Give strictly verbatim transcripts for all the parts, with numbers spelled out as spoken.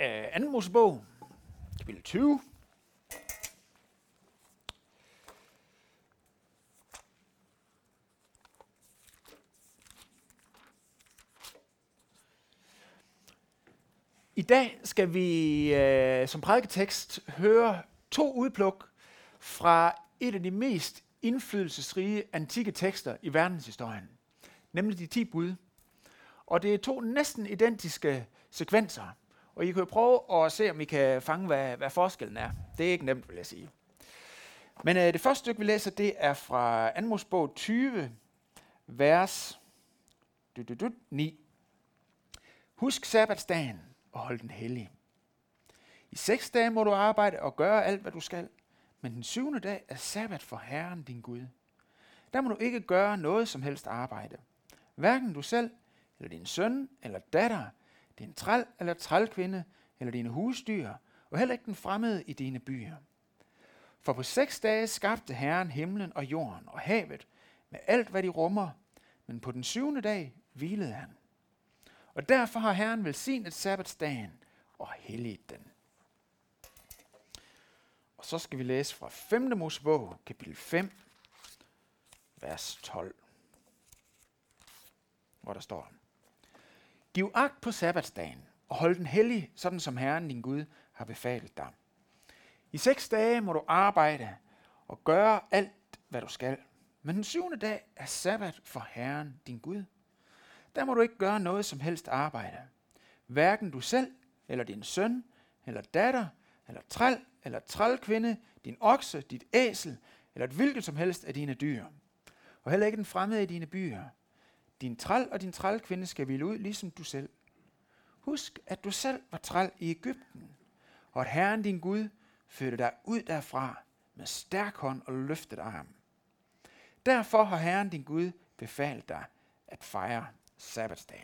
øh, anden Mosebog, kapitel tyve. I dag skal vi øh, som prædiketekst høre to udpluk fra et af de mest indflydelsesrige antikke tekster i verdenshistorien, nemlig de ti bud. Og det er to næsten identiske sekvenser, og I kan jo prøve at se, om I kan fange, hvad, hvad forskellen er. Det er ikke nemt, vil jeg sige. Men øh, det første stykke, vi læser, det er fra anden Mosebog tyve, vers du, du, du, ni. Husk sabbatsdagen og hold den hellig. I seks dage må du arbejde og gøre alt, hvad du skal, men den syvende dag er sabbat for Herren, din Gud. Der må du ikke gøre noget som helst arbejde. Hverken du selv, eller din søn, eller datter, din træl eller trælkvinde, eller dine husdyr, og heller ikke den fremmede i dine byer. For på seks dage skabte Herren himlen og jorden og havet med alt, hvad de rummer, men på den syvende dag hvilede han. Og derfor har Herren velsignet sabbatsdagen og helliget den. Og så skal vi læse fra femte Mosebog, kapitel fem, vers tolv, hvor der står: Giv agt på sabbatsdagen og hold den hellig, sådan som Herren din Gud har befalet dig. I seks dage må du arbejde og gøre alt, hvad du skal. Men den syvende dag er sabbat for Herren din Gud. Der må du ikke gøre noget som helst arbejde. Hverken du selv, eller din søn, eller datter, eller træl, eller trælkvinde, din okse, dit æsel, eller et hvilket som helst af dine dyr. Og heller ikke den fremmede i dine byer. Din træl og din trælkvinde skal hvile ud, ligesom du selv. Husk, at du selv var træl i Egypten, og at Herren din Gud førte dig ud derfra med stærk hånd og løftet arm. Derfor har Herren din Gud befalet dig at fejre sabbatsdagen.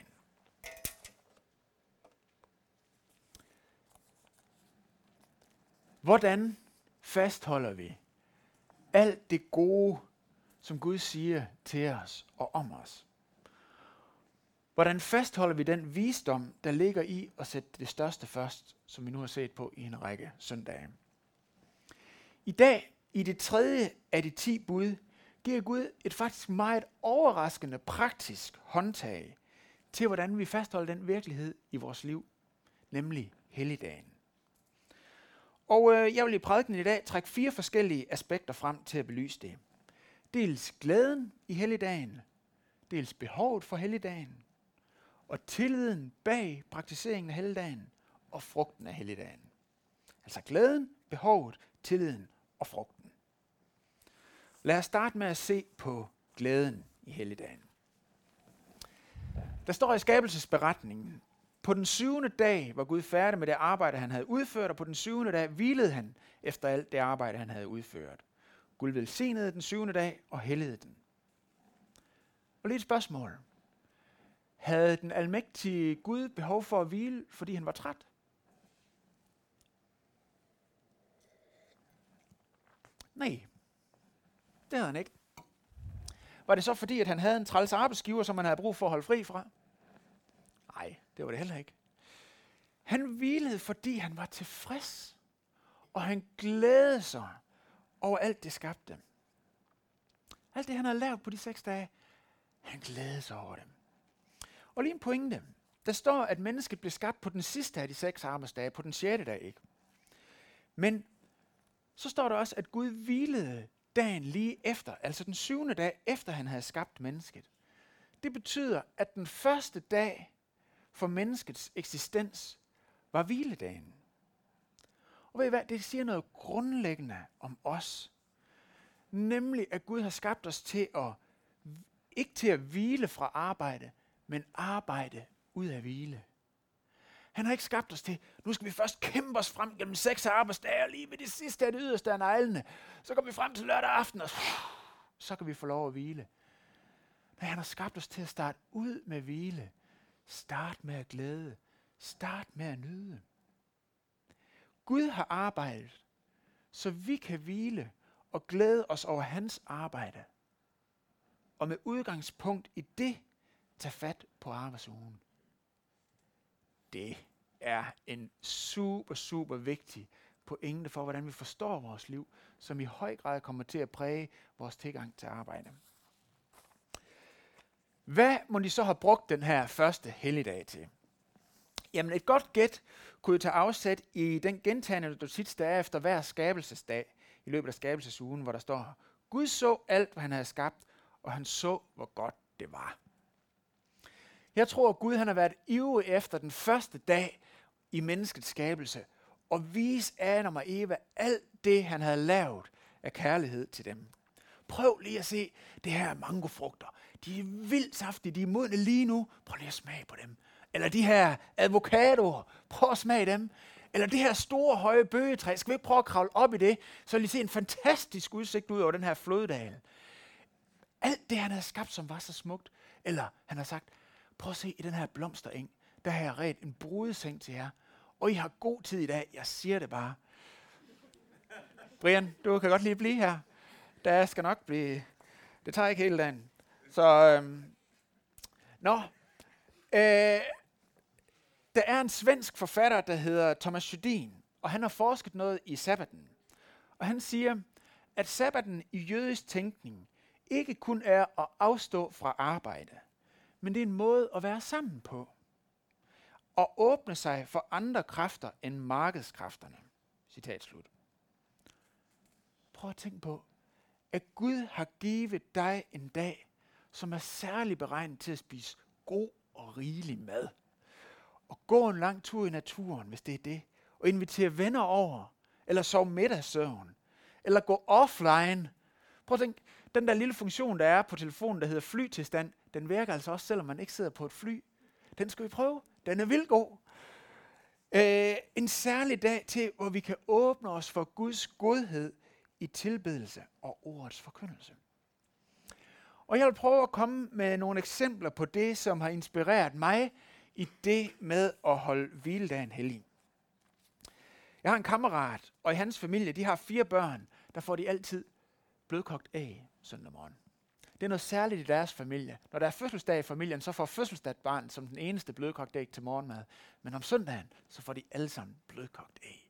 Hvordan fastholder vi alt det gode, som Gud siger til os og om os? Hvordan fastholder vi den visdom, der ligger i at sætte det største først, som vi nu har set på i en række søndage? I dag, i det tredje af de ti bud, giver Gud et faktisk meget overraskende praktisk håndtag til, hvordan vi fastholder den virkelighed i vores liv, nemlig helligdagen. Og øh, jeg vil i prædiken i dag trække fire forskellige aspekter frem til at belyse det. Dels glæden i helligdagen, dels behovet for helligdagen, og tilliden bag praktiseringen af helligdagen og frugten af helligdagen. Altså glæden, behovet, tilliden og frugten. Lad os starte med at se på glæden i helligdagen. Der står i skabelsesberetningen: På den syvende dag var Gud færdig med det arbejde, han havde udført, og på den syvende dag hvilede han efter alt det arbejde, han havde udført. Gud velsignede den syvende dag og helligede den. Og lige et spørgsmål. Havde den almægtige Gud behov for at hvile, fordi han var træt? Nej, det havde han ikke. Var det så fordi, at han havde en træls arbejdsgiver, som han havde brug for at holde fri fra? Nej, det var det heller ikke. Han hvilede, fordi han var tilfreds, og han glædede sig over alt det skabte. Alt det, han havde lavet på de seks dage, han glædede sig over dem. Og lige en pointe. Der står, at mennesket blev skabt på den sidste af de seks arbejdsdage, på den sjette dag, ikke? Men så står der også, at Gud hvilede dagen lige efter, altså den syvende dag, efter han havde skabt mennesket. Det betyder, at den første dag for menneskets eksistens var hviledagen. Og ved I hvad, det siger noget grundlæggende om os. Nemlig, at Gud har skabt os til at, ikke til at hvile fra arbejde, men arbejde ud af hvile. Han har ikke skabt os til, nu skal vi først kæmpe os frem gennem seks arbejdsdage, og lige ved det sidste af det yderste af neglene. Så kommer vi frem til lørdag aften, og så kan vi få lov at hvile. Nej, han har skabt os til at starte ud med hvile. Start med at glæde. Start med at nyde. Gud har arbejdet, så vi kan hvile og glæde os over hans arbejde. Og med udgangspunkt i det, tage fat på arbejdsugen. Det er en super, super vigtig pointe for, hvordan vi forstår vores liv, som i høj grad kommer til at præge vores tilgang til arbejde. Hvad må de så have brugt den her første helligdag til? Jamen et godt gæt kunne tage afsæt i den gentagende notits, der er efter hver skabelsesdag i løbet af skabelsesugen, hvor der står, Gud så alt, hvad han havde skabt, og han så, hvor godt det var. Jeg tror, at Gud han har været ivrig efter den første dag i menneskets skabelse, og vise Adam og Eva alt det, han havde lavet af kærlighed til dem. Prøv lige at se det her mangofrugter. De er vildt saftige, de er modne lige nu. Prøv lige at smage på dem. Eller de her avocadoer. Prøv at smage dem. Eller det her store, høje bøgetræ. Skal vi ikke prøve at kravle op i det, så lige se en fantastisk udsigt ud over den her floddal. Alt det, han havde skabt, som var så smukt. Eller han har sagt, prøv at se i den her blomstereng. Der har jeg redt en brudeseng til jer. Og I har god tid i dag. Jeg siger det bare. Brian, du kan godt lige blive her. Der skal nok blive... Det tager ikke hele dagen. Så... Øhm, nå. Øh, der er en svensk forfatter, der hedder Thomas Judin. Og han har forsket noget i sabbaten. Og han siger, at sabbaten i jødisk tænkning ikke kun er at afstå fra arbejde. Men det er en måde at være sammen på. Og åbne sig for andre kræfter end markedskræfterne. Citat slut. Prøv at tænke på, at Gud har givet dig en dag, som er særlig beregnet til at spise god og rigelig mad. Og gå en lang tur i naturen, hvis det er det. Og invitere venner over. Eller sove middagssøvn. Eller gå offline. Prøv at tænke, den der lille funktion, der er på telefonen, der hedder flytilstand, den virker altså også, selvom man ikke sidder på et fly. Den skal vi prøve. Den er vildt god. Øh, en særlig dag til, hvor vi kan åbne os for Guds godhed i tilbedelse og ordets forkyndelse. Og jeg vil prøve at komme med nogle eksempler på det, som har inspireret mig i det med at holde hviledagen hellig. Jeg har en kammerat, og i hans familie, de har fire børn, der får de altid blødkogt æg søndag morgen. Det er noget særligt i deres familie. Når der er fødselsdag i familien, så får fødselsdagsbarnet som den eneste blødkogt æg til morgenmad. Men om søndagen, så får de alle sammen blødkogt æg.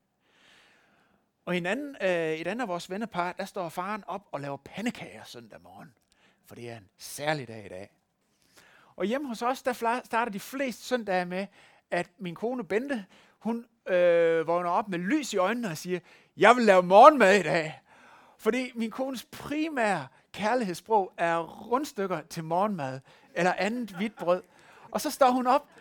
Og i en anden, øh, et andet af vores vennepar, der står faren op og laver pandekager søndag morgen. For det er en særlig dag i dag. Og hjemme hos os, der starter de fleste søndage med, at min kone Bente, hun øh, vågner op med lys i øjnene og siger, jeg vil lave morgenmad i dag. Fordi min kones primære kærlighedssprog er rundstykker til morgenmad, eller andet hvidt brød. Og så står hun op.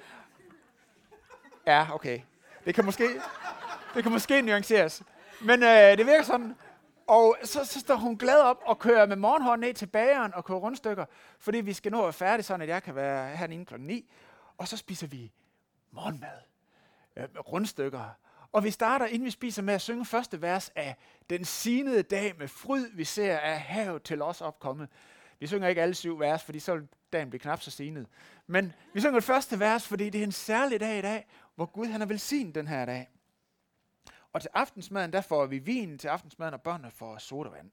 Ja, okay. Det kan måske, det kan måske nuanceres. Men øh, det virker sådan. Og så, så står hun glad op og kører med morgenhånden ned til bageren og kører rundstykker, fordi vi skal nå at være færdige, sådan at jeg kan være herinde inden klokken ni. Og så spiser vi morgenmad øh, med rundstykker. Og vi starter, inden vi spiser, med at synge første vers af Den sinede dag med fryd, vi ser af havet til os opkommet. Vi synger ikke alle syv vers, fordi så vil dagen blive knap så sinet. Men vi synger det første vers, fordi det er en særlig dag i dag, hvor Gud han har velsignet den her dag. Og til aftensmaden, der får vi vin til aftensmaden, og børnene får sodavand.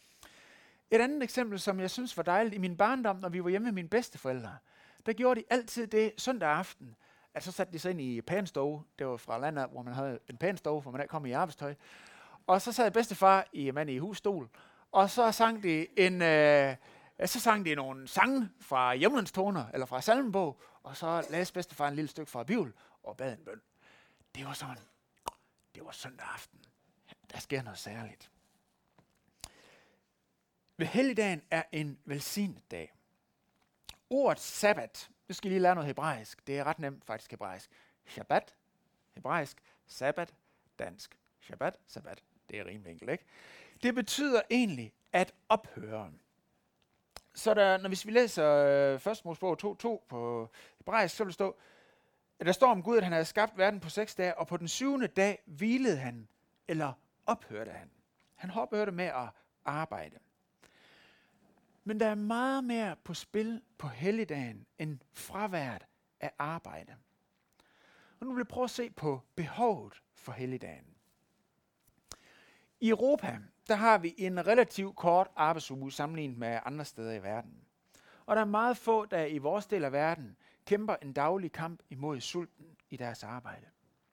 Et andet eksempel, som jeg synes var dejligt, i min barndom, når vi var hjemme med mine bedsteforældre, der gjorde de altid det søndag aften, at så satte de sig ind i pænstove. Det var fra landet, hvor man havde en pænstove, hvor man kom i arbejdstøj. Og så sad bedstefar i mand i husstol, og så sang de en, øh, så sang de nogle sange fra Hjemlandstoner, eller fra salmenbog, og så læste bedstefar en lille stykke fra Bibel, og bad en bøn. Det var sådan, det var søndag aften. Der sker noget særligt. Ved helligdagen er en velsignet dag. Ordet sabbat, det skal I lige lære noget hebraisk. Det er ret nemt faktisk hebraisk. Shabbat, hebraisk. Sabbat, dansk. Shabbat, sabbat. Det er rimelig enkelt, ikke? Det betyder egentlig at ophøre. Så der, når hvis vi læser øh, første Mosebog to to på hebraisk, så vil det stå, at der står om Gud, at han havde skabt verden på seks dage, og på den syvende dag hvilede han, eller ophørte han. Han ophørte med at arbejde. Men der er meget mere på spil på helligdagen end fraværet af arbejde. Og nu vil jeg prøve at se på behovet for helligdagen. I Europa, der har vi en relativt kort arbejdsuge sammenlignet med andre steder i verden. Og der er meget få, der i vores del af verden kæmper en daglig kamp imod sulten i deres arbejde.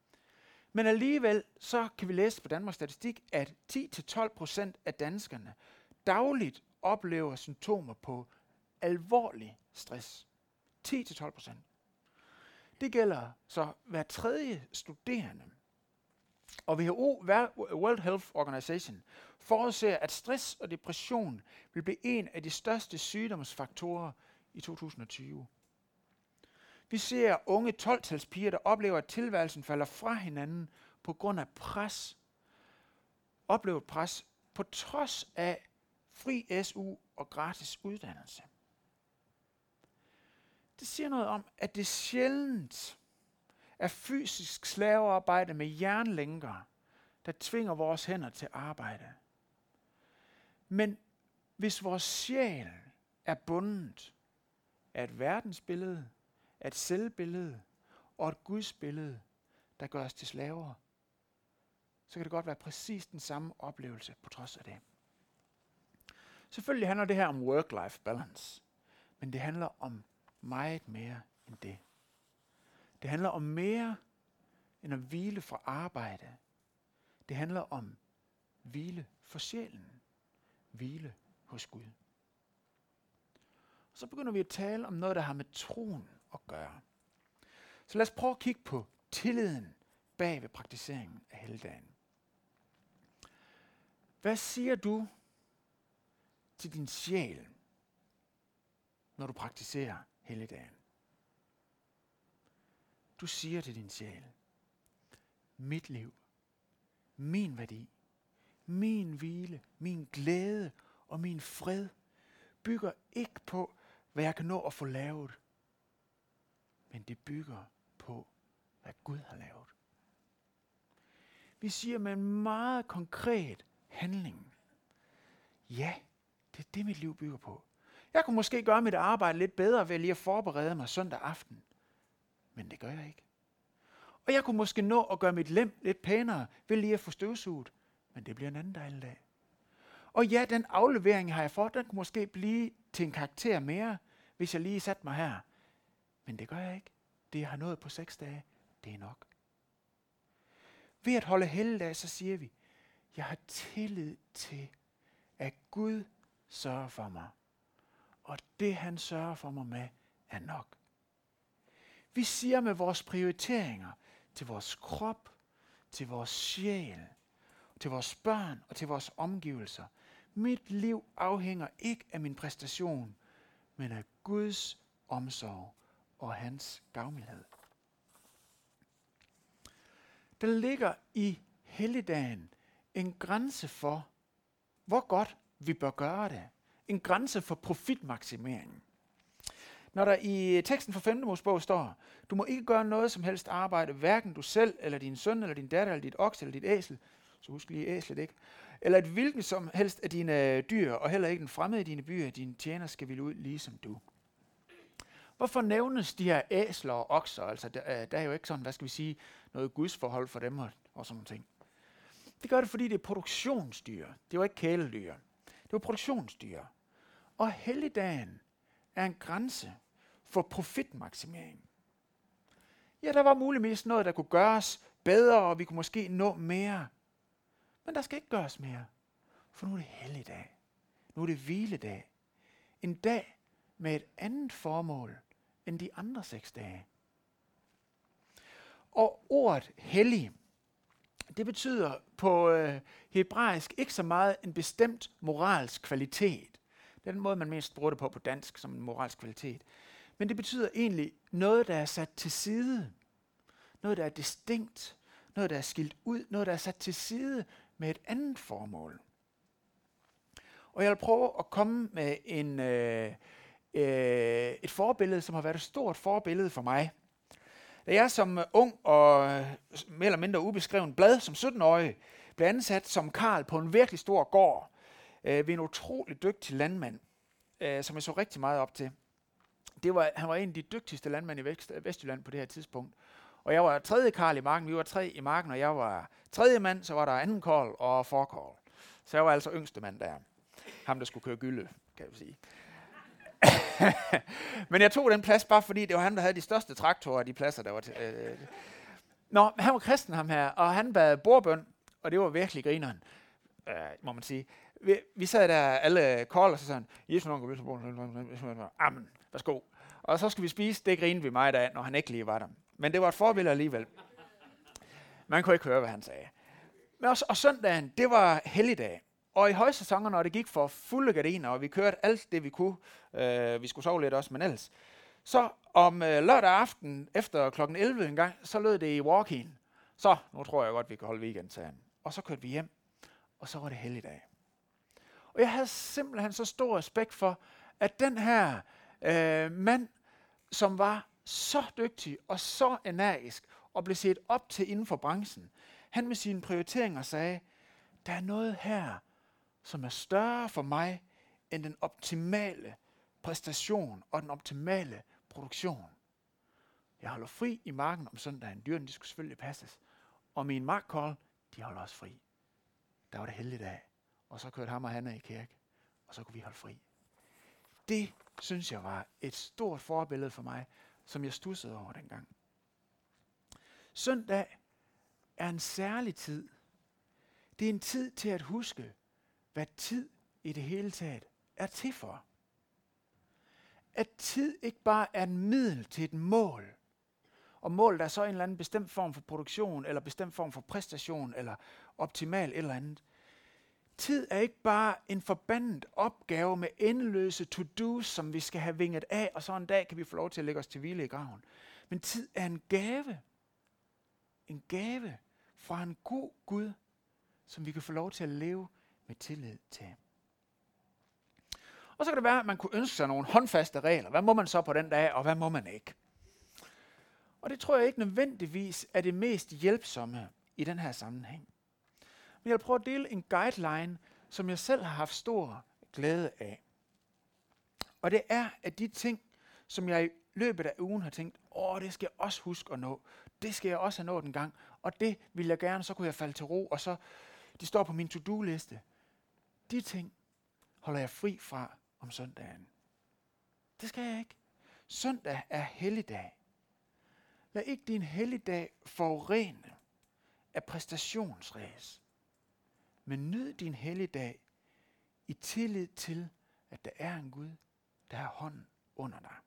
Men alligevel så kan vi læse på Danmarks Statistik, at ti til tolv procent af danskerne dagligt oplever symptomer på alvorlig stress. ti til tolv procent. Det gælder så hver tredje studerende. Og W H O, World Health Organization, forudser, at stress og depression vil blive en af de største sygdomsfaktorer i to tusind og tyve. Vi ser unge tolv-talspiger, der oplever, at tilværelsen falder fra hinanden på grund af pres. Oplevet pres på trods af fri S U og gratis uddannelse. Det siger noget om, at det sjældent er fysisk slavearbejde med jernlænker, der tvinger vores hænder til arbejde. Men hvis vores sjæl er bundet af et verdensbillede, af et selvbillede og et gudsbillede, der gør os til slaver, så kan det godt være præcis den samme oplevelse på trods af det. Selvfølgelig handler det her om work-life balance, men det handler om meget mere end det. Det handler om mere end at hvile fra arbejde. Det handler om hvile for sjælen. Hvile hos Gud. Så begynder vi at tale om noget, der har med troen at gøre. Så lad os prøve at kigge på tilliden bag ved praktiseringen af helligdagen. Hvad siger du til din sjæl, når du praktiserer helligdagen? Du siger til din sjæl, mit liv, min værdi, min hvile, min glæde og min fred bygger ikke på, hvad jeg kan nå at få lavet, men det bygger på, hvad Gud har lavet. Vi siger med en meget konkret handling, ja, det er det, mit liv bygger på. Jeg kunne måske gøre mit arbejde lidt bedre ved lige at forberede mig søndag aften, men det gør jeg ikke. Og jeg kunne måske nå at gøre mit lem lidt pænere ved lige at få støvsuget, men det bliver en anden dejlig dag. Og ja, den aflevering har jeg fået, den kunne måske blive til en karakter mere, hvis jeg lige satte mig her. Men det gør jeg ikke. Det jeg har nået på seks dage, det er nok. Ved at holde helligdag, så siger vi, jeg har tillid til, at Gud sørger for mig. Og det han sørger for mig med, er nok. Vi siger med vores prioriteringer til vores krop, til vores sjæl, til vores børn og til vores omgivelser. Mit liv afhænger ikke af min præstation, men af Guds omsorg og hans gavmildhed. Der ligger i helligdagen en grænse for, hvor godt vi bør gøre det. En grænse for profitmaksimering. Når der i teksten fra femte Mosebog står, du må ikke gøre noget som helst arbejde, hverken du selv, eller din søn, eller din datter, eller dit oks, eller dit æsel, så husk lige æslet, ikke? Eller et hvilket som helst af dine dyr, og heller ikke den fremmede i dine byer, dine tjener skal ville ud ligesom du. Hvorfor nævnes de her æsler og okser? Altså, der, der er jo ikke sådan, hvad skal vi sige, noget gudsforhold for dem og, og sådan nogle ting. Det gør det, fordi det er produktionsdyr. Det var ikke kæledyr. Det var produktionsdyr. Og helligdagen er en grænse for profitmaksimering. Ja, der var muligvis noget, der kunne gøres bedre, og vi kunne måske nå mere. Men der skal ikke gøres mere. For nu er det helligdag. Nu er det hviledag. En dag med et andet formål end de andre seks dage. Og ordet hellig, det betyder på øh, hebraisk ikke så meget en bestemt moralsk kvalitet. Det er den måde, man mest bruger det på på dansk som en moralsk kvalitet. Men det betyder egentlig noget, der er sat til side. Noget, der er distinkt. Noget, der er skilt ud. Noget, der er sat til side med et andet formål. Og jeg vil prøve at komme med en, øh, øh, et forbillede, som har været et stort forbillede for mig. Da jeg som ung og mere eller mindre ubeskreven blad som sytten-årig blev ansat som karl på en virkelig stor gård øh, ved en utrolig dygtig landmand, øh, som jeg så rigtig meget op til. Det var, han var en af de dygtigste landmænd i Vest, Vestjylland på det her tidspunkt. Og jeg var tredje karl i marken, vi var tre i marken, og jeg var tredje mand, så var der anden karl og forkarl. Så jeg var altså yngste mand der. Ham, der skulle køre gylde, kan jeg sige. Men jeg tog den plads bare fordi, det var han, der havde de største traktorer af de pladser, der var til. Øh, Nå, han var kristen ham her, og han bad bordbøn, og det var virkelig grineren, øh, må man sige. Vi, vi sad der alle kold, og så sagde han, Jesus, nogen går vildt på bordbøn. Amen, værsgo. Og så skulle vi spise, det grinede vi meget af, når han ikke lige var der. Men det var et forbillede alligevel. Man kunne ikke høre, hvad han sagde. Men også, og søndagen, det var helligdag. Og i højsæsonen, når det gik for fulde gardiner, og vi kørte alt det, vi kunne, øh, vi skulle sove lidt også, men ellers, så om øh, lørdag aften, efter klokken elleve en gang, så lød det i walk-in. Så, nu tror jeg godt, vi kan holde weekend, sagde han. Og så kørte vi hjem, og så var det helligdag. Og jeg havde simpelthen så stor respekt for, at den her øh, mand, som var så dygtig og så energisk, og blev set op til inden for branchen, han med sine prioriteringer sagde, der er noget her, som er større for mig, end den optimale præstation og den optimale produktion. Jeg holder fri i marken om søndagen. Dyrene, de skulle selvfølgelig passes. Og min markkold, de holder også fri. Der var det helligdag. Og så kørte ham og Hanna i kirke. Og så kunne vi holde fri. Det, synes jeg, var et stort forbillede for mig, som jeg studsede over dengang. Søndag er en særlig tid. Det er en tid til at huske, hvad tid i det hele taget er til for. At tid ikke bare er en middel til et mål, og målet er så en eller anden bestemt form for produktion, eller bestemt form for præstation, eller optimal et eller andet. Tid er ikke bare en forbandet opgave med endeløse to-dos, som vi skal have vinget af, og så en dag kan vi få lov til at lægge os til hvile i graven. Men tid er en gave. En gave fra en god Gud, som vi kan få lov til at leve med tillid til. Og så kan det være, at man kunne ønske sig nogle håndfaste regler. Hvad må man så på den dag, og hvad må man ikke? Og det tror jeg ikke nødvendigvis er det mest hjælpsomme i den her sammenhæng. Men jeg vil prøve at dele en guideline, som jeg selv har haft stor glæde af. Og det er, at de ting, som jeg i løbet af ugen har tænkt, åh, det skal jeg også huske at nå. Det skal jeg også have nået en gang. Og det vil jeg gerne, så kunne jeg falde til ro, og så de står på min to-do-liste. De ting holder jeg fri fra om søndagen. Det skal jeg ikke. Søndag er helligdag. Lad ikke din helligdag forurene af præstationsræs, men nyd din helligdag i tillid til, at der er en Gud, der har hånden under dig.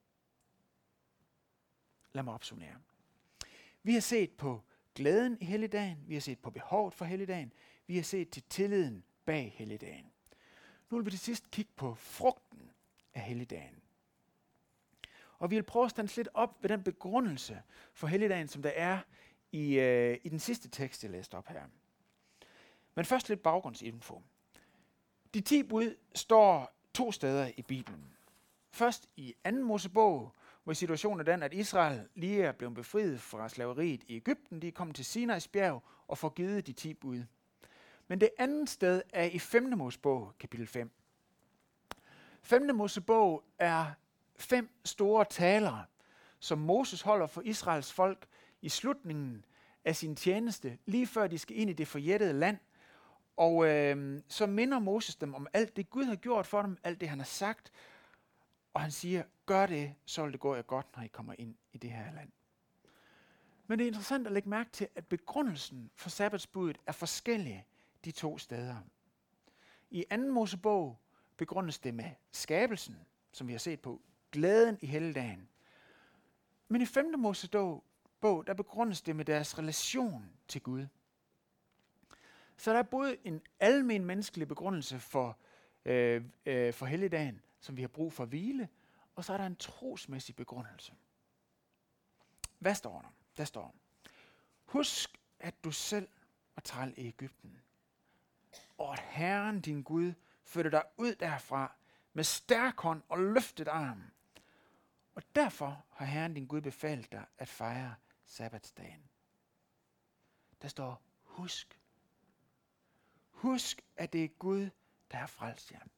Lad mig opsummere. Vi har set på glæden i helligdagen, vi har set på behovet for helligdagen, vi har set til tilliden bag helligdagen. Nu vil vi til sidst kigge på frugten af helligdagen. Og vi vil prøve at stands lidt op ved den begrundelse for helligdagen, som der er i, øh, i den sidste tekst, jeg læste op her. Men først lidt baggrundsinfo. De ti bud står to steder i Bibelen. Først i anden Mosebog, hvor situationen er den, at Israel lige er blevet befriet fra slaveriet i Egypten. De er kommet til Sinais bjerg og får givet de ti bud. Men det andet sted er i femte Mosebog, kapitel fem. femte Mosebog er fem store taler, som Moses holder for Israels folk i slutningen af sin tjeneste, lige før de skal ind i det forjættede land. Og øh, så minder Moses dem om alt det, Gud har gjort for dem, alt det, han har sagt. Og han siger, gør det, så vil det gå jer godt, når I kommer ind i det her land. Men det er interessant at lægge mærke til, at begrundelsen for sabbatsbuddet er forskellig de to steder. I anden Mosebog begrundes det med skabelsen, som vi har set på, glæden i helligdagen. Men i femte Mosebog, der begrundes det med deres relation til Gud. Så der er både en almen menneskelig begrundelse for, øh, øh, for helligdagen, som vi har brug for at hvile, og så er der en trosmæssig begrundelse. Hvad står der? Der står, husk, at du selv var træl i Egypten, og at Herren, din Gud, førte dig ud derfra med stærk hånd og løftet arm. Og derfor har Herren, din Gud, befalet dig at fejre sabbatsdagen. Der står, husk. Husk, at det er Gud, der har frelst jer.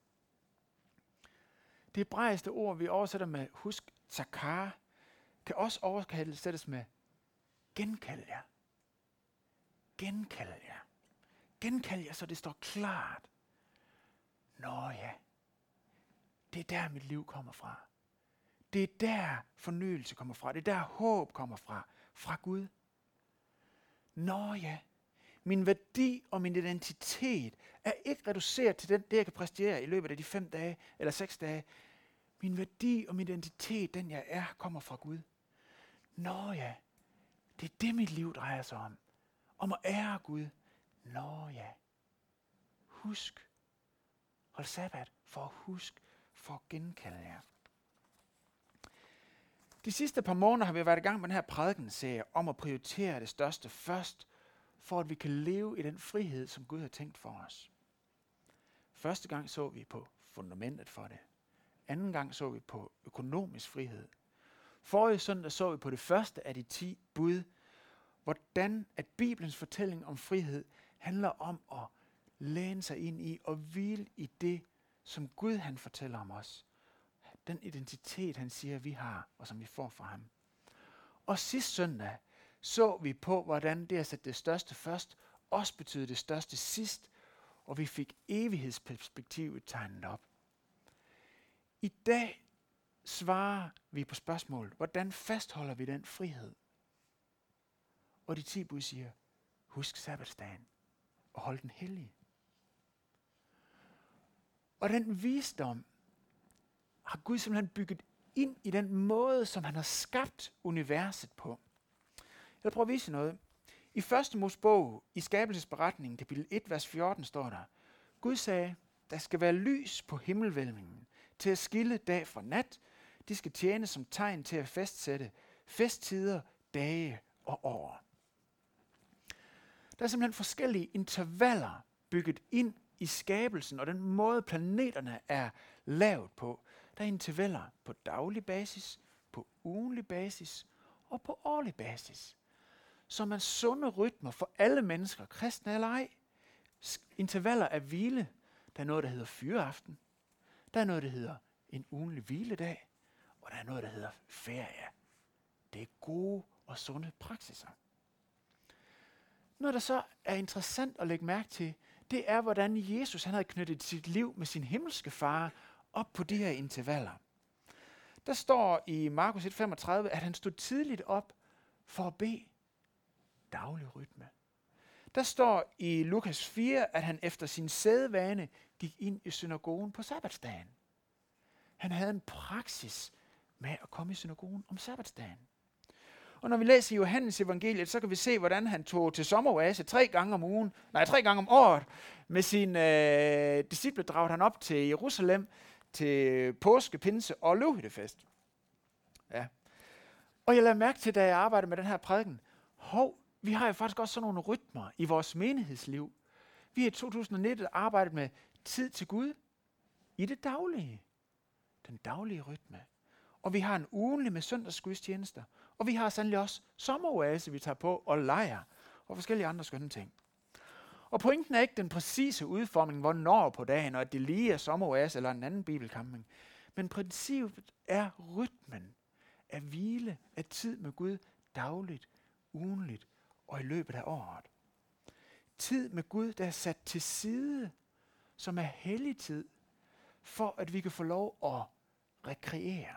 Det hebraiske ord, vi oversætter med husk, zakar, kan også oversættes med genkald jer. Genkald jer. Genkald jer, så det står klart. Nå ja, det er der mit liv kommer fra. Det er der fornyelse kommer fra. Det er der håb kommer fra. Fra Gud. Nå ja, min værdi og min identitet er ikke reduceret til den, det, jeg kan præstere i løbet af de fem dage eller seks dage. Min værdi og min identitet, den jeg er, kommer fra Gud. Nå ja, det er det, mit liv drejer sig om. Om at ære Gud. Nå ja. Husk. Hold sabbat for at huske, for at genkalde jer. De sidste par måneder har vi været i gang med den her prædikenserie om at prioritere det største først, for at vi kan leve i den frihed, som Gud har tænkt for os. Første gang så vi på fundamentet for det. Anden gang så vi på økonomisk frihed. Forrige søndag så vi på det første af de ti bud, hvordan at Bibelens fortælling om frihed handler om at læne sig ind i og hvile i det, som Gud han fortæller om os. Den identitet, han siger, vi har, og som vi får fra ham. Og sidste søndag så vi på, hvordan det at sætte det største først, også betyder det største sidst, og vi fik evighedsperspektivet tegnet op. I dag svarer vi på spørgsmålet, hvordan fastholder vi den frihed? Og de ti bud siger, husk sabbatsdagen og hold den hellig. Og den visdom har Gud simpelthen bygget ind i den måde, som han har skabt universet på. Jeg vil prøve at vise noget. I første Mosebog, i skabelsesberetningen, kapitel et, vers fjorten, står der, Gud sagde, der skal være lys på himmelvælvingen, til at skille dag fra nat. De skal tjene som tegn til at fastsætte festtider, dage og år. Der er simpelthen forskellige intervaller bygget ind i skabelsen, og den måde planeterne er lavet på. Der er intervaller på daglig basis, på ugentlig basis og på årlig basis. Som er sunde rytmer for alle mennesker, kristne eller ej. Intervaller af hvile. Der er noget, der hedder fyreaften. Der er noget, der hedder en ugentlig hviledag. Og der er noget, der hedder ferie. Det er gode og sunde praksiser. Noget, der så er interessant at lægge mærke til, det er, hvordan Jesus han havde knyttet sit liv med sin himmelske far op på de her intervaller. Der står i Markus et femogtredive, at han stod tidligt op for at bede. Daglig rytme. Der står i Lukas fire, at han efter sin sædvane gik ind i synagogen på sabbatsdagen. Han havde en praksis med at komme i synagogen om sabbatsdagen. Og når vi læser i Johannes evangeliet, så kan vi se, hvordan han tog til sommeroase tre gange om ugen, nej, tre gange om året. Med sine øh, disciple dragede han op til Jerusalem, til påske, pinse og løvhyttefest. Ja. Og jeg lader mærke til, da jeg arbejder med den her prædiken, hov, vi har jo faktisk også sådan nogle rytmer i vores menighedsliv. Vi har i to tusind nitten arbejdet med tid til Gud i det daglige. Den daglige rytme. Og vi har en ugentlig med søndagsgudstjenester. Og vi har sandelig også sommeroase, vi tager på og leger. Og forskellige andre skønne ting. Og pointen er ikke den præcise udformning, hvornår på dagen, og at det lige er sommeroase eller en anden bibelcamping. Men princippet er rytmen af hvile, af tid med Gud dagligt, ugenligt og i løbet af året. Tid med Gud, der er sat til side, som er hellig tid, for at vi kan få lov at rekreere.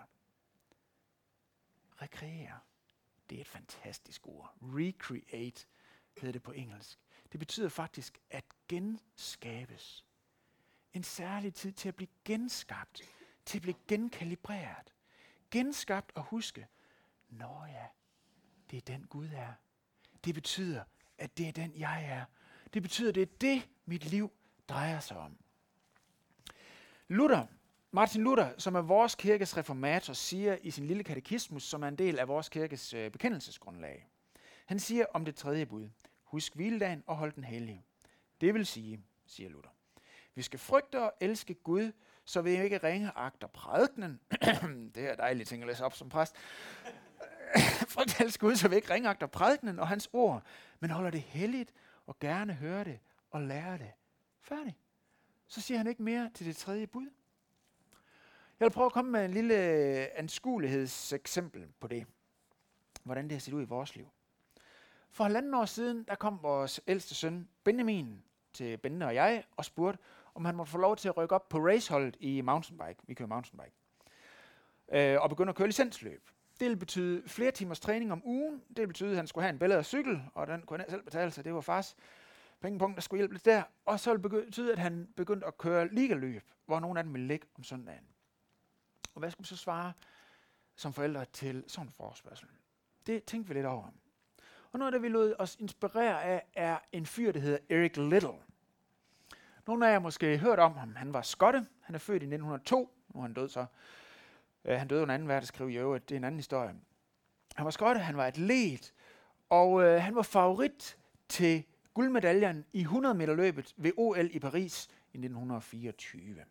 Rekreere. Det er et fantastisk ord. Recreate hedder det på engelsk. Det betyder faktisk at genskabes. En særlig tid til at blive genskabt. Til at blive genkalibreret. Genskabt og huske. Nå ja, det er den Gud er. Det betyder, at det er den jeg er. Det betyder, at det er det, mit liv drejer sig om. Luther, Martin Luther, som er vores kirkes reformator, siger i sin lille katekismus, som er en del af vores kirkes øh, bekendelsesgrundlag. Han siger om det tredje bud, husk hviledagen og hold den hellig. Det vil sige, siger Luther, vi skal frygte og elske Gud, så vi ikke ringeagter prædikenen. Det er dejligt ting at læse op som præst. Frygt og elske Gud, så vi ikke ringeagter prædikenen og hans ord, men holder det helligt og gerne hører det og lærer det. Færdig. Så siger han ikke mere til det tredje bud. Jeg vil prøve at komme med en lille anskuelighedseksempel på det. Hvordan det har set ud i vores liv. For halvanden år siden, der kom vores ældste søn, Benjamin, til Bente og jeg, og spurgte, om han måtte få lov til at rykke op på raceholdet i mountainbike. Vi kører mountainbike. Øh, og begynde at køre licensløb. Det ville betyde flere timers træning om ugen. Det ville betyde, at han skulle have en bedre cykel, og den kunne han selv betale sig. Det var fars pengepunkt, der skulle hjælpe lidt der. Og så ville det betyde, at han begyndte at køre ligaløb, hvor nogle af dem ville ligge om søndagen. Og hvad skulle vi så svare som forældre til sådan en forespørgsel? Det tænkte vi lidt over. Og noget af det, vi lod os inspirere af, er en fyr, der hedder Eric Liddell. Nogle af jer måske hørt om ham. Han var skotte. Han er født i nitten hundrede og to. Nu er han død så. Uh, han døde under anden verdenskrig i øvrigt. Det er en anden historie. Han var skotte, han var atlet, og uh, han var favorit til guldmedaljen i hundrede meter løbet ved O L i Paris i nitten fireogtyve.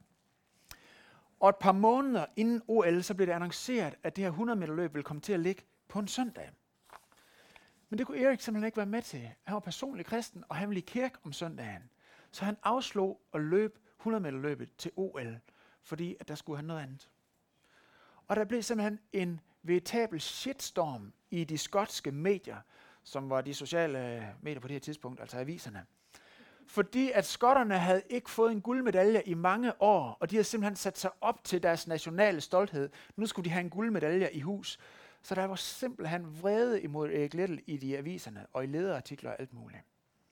Og et par måneder inden O L, så blev det annonceret, at det her hundrede meter løb ville komme til at ligge på en søndag. Men det kunne Erik simpelthen ikke være med til. Han var personlig kristen, og han ville i kirke om søndagen. Så han afslog at løbe hundrede meter løbet til O L, fordi at der skulle han noget andet. Og der blev simpelthen en veritabel shitstorm i de skotske medier, som var de sociale medier på det her tidspunkt, altså aviserne. Fordi at skotterne havde ikke fået en guldmedalje i mange år, og de havde simpelthen sat sig op til deres nationale stolthed. Nu skulle de have en guldmedalje i hus. Så der var simpelthen vrede imod Eric Liddell i de aviserne og i lederartikler og alt muligt.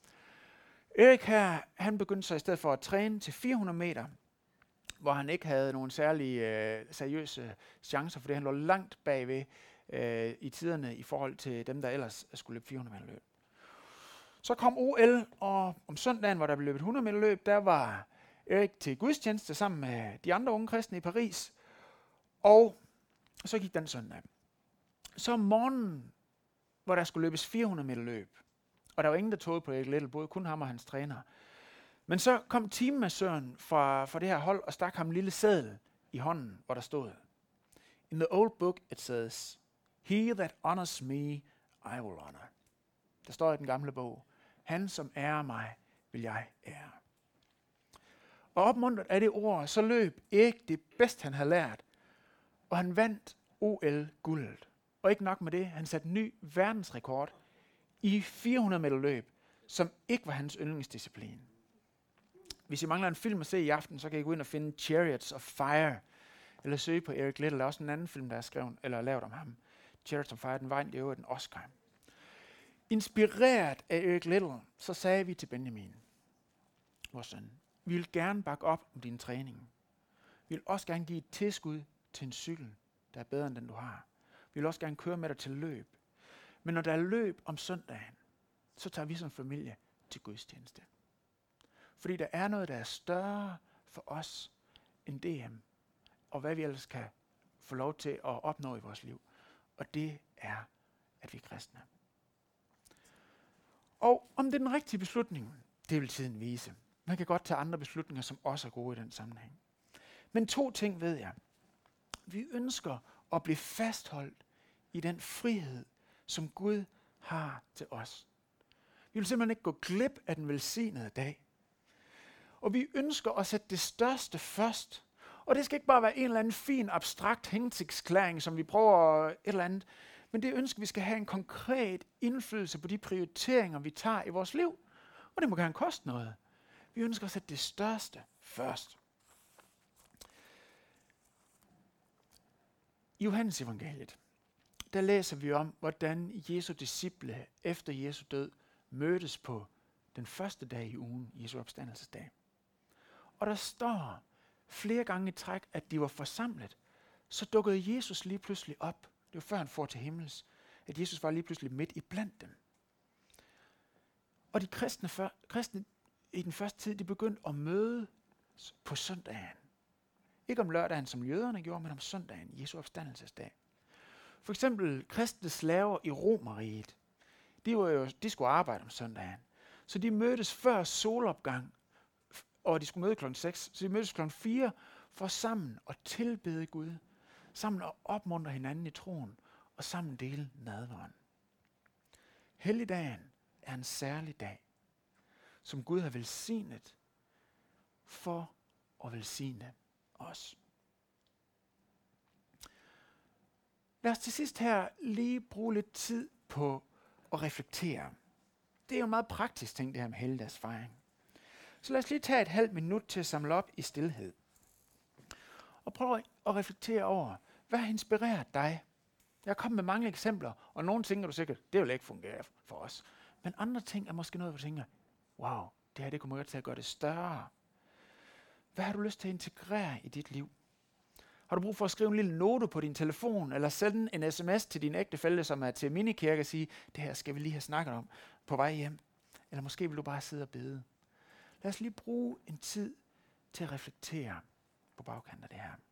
Erik her, han begyndte så i stedet for at træne til fire hundrede meter, hvor han ikke havde nogen særlige øh, seriøse chancer, fordi han lå langt bagved øh, i tiderne i forhold til dem, der ellers skulle løbe fire hundrede meter løb. Så kom O L, og om søndagen, hvor der blev løbet hundrede meter løb, der var Erik til gudstjeneste sammen med de andre unge kristne i Paris, og så gik den søndag. Så om morgenen, hvor der skulle løbes fire hundrede meter løb, og der var ingen, der tog på Erik Liddell, både kun ham og hans træner. Men så kom teammassøren fra, fra det her hold og stak ham en lille seddel i hånden, hvor der stod: In the old book it says, he that honors me, I will honor. Der står i den gamle bog, han som ærer mig, vil jeg ære. Og opmuntret af det ord, så løb Erik det bedste, han havde lært, og han vandt O L-guldet. Og ikke nok med det, han satte ny verdensrekord i fire hundrede meter løb, som ikke var hans yndlingsdisciplin. Hvis I mangler en film at se i aften, så kan I gå ind og finde Chariots of Fire, eller søge på Eric Liddell. Der er også en anden film, der er skrevet eller lavet om ham. Chariots of Fire, den vandt jo en Oscar. Inspireret af Eric Liddell, så sagde vi til Benjamin, vores søn, vi vil gerne bakke op om din træning. Vi vil også gerne give et tilskud til en cykel, der er bedre end den, du har. Vi vil også gerne køre med dig til løb. Men når der er løb om søndagen, så tager vi som familie til gudstjeneste. Fordi der er noget, der er større for os end D M, og hvad vi ellers kan få lov til at opnå i vores liv. Og det er, at vi er kristne. Og om det er den rigtige beslutning, det vil tiden vise. Man kan godt tage andre beslutninger, som også er gode i den sammenhæng. Men to ting ved jeg. Vi ønsker at blive fastholdt i den frihed, som Gud har til os. Vi vil simpelthen ikke gå glip af den velsignede dag. Og vi ønsker at sætte det største først. Og det skal ikke bare være en eller anden fin, abstrakt hensigtsklæring, som vi prøver et eller andet. Men det ønsker, vi skal have en konkret indflydelse på de prioriteringer, vi tager i vores liv. Og det må gerne koste noget. Vi ønsker at sætte det største først. I Johannes evangeliet, der læser vi om, hvordan Jesu disciple efter Jesu død mødtes på den første dag i ugen, Jesu opstandelsesdag. Og der står flere gange i træk, at de var forsamlet. Så dukkede Jesus lige pludselig op. Det var før han får til himmels. At Jesus var lige pludselig midt i blandt dem. Og de kristne, for, kristne i den første tid, de begyndte at møde på søndagen. Ikke om lørdagen, som jøderne gjorde, men om søndagen, Jesu opstandelsesdag. For eksempel kristne slaver i Romerriget. De, var jo, de skulle arbejde om søndagen. Så de mødtes før solopgang, og de skulle møde klokken seks. Så de mødtes klokken fire for sammen at tilbede Gud. Sammen at opmuntre hinanden i troen, og sammen dele nadveren. Helligdagen er en særlig dag, som Gud har velsignet for at velsigne os. Lad os til sidst her lige bruge lidt tid på at reflektere. Det er jo en meget praktisk ting, det her med helligdagsfejring. Så lad os lige tage et halvt minut til at samle op i stilhed. Og prøv at reflektere over, hvad har inspireret dig Jeg kommer med mange eksempler, og nogle tænker du sikkert, det vil ikke fungere for os. Men andre ting er måske noget, hvor du tænker, wow, det her det kommer godt til at gøre det større. Hvad har du lyst til at integrere i dit liv? Har du brug for at skrive en lille note på din telefon, eller sende en sms til din ægtefælle, som er til minikirke, og sige, det her skal vi lige have snakket om på vej hjem. Eller måske vil du bare sidde og bede. Lad os lige bruge en tid til at reflektere på bagkanten af det her.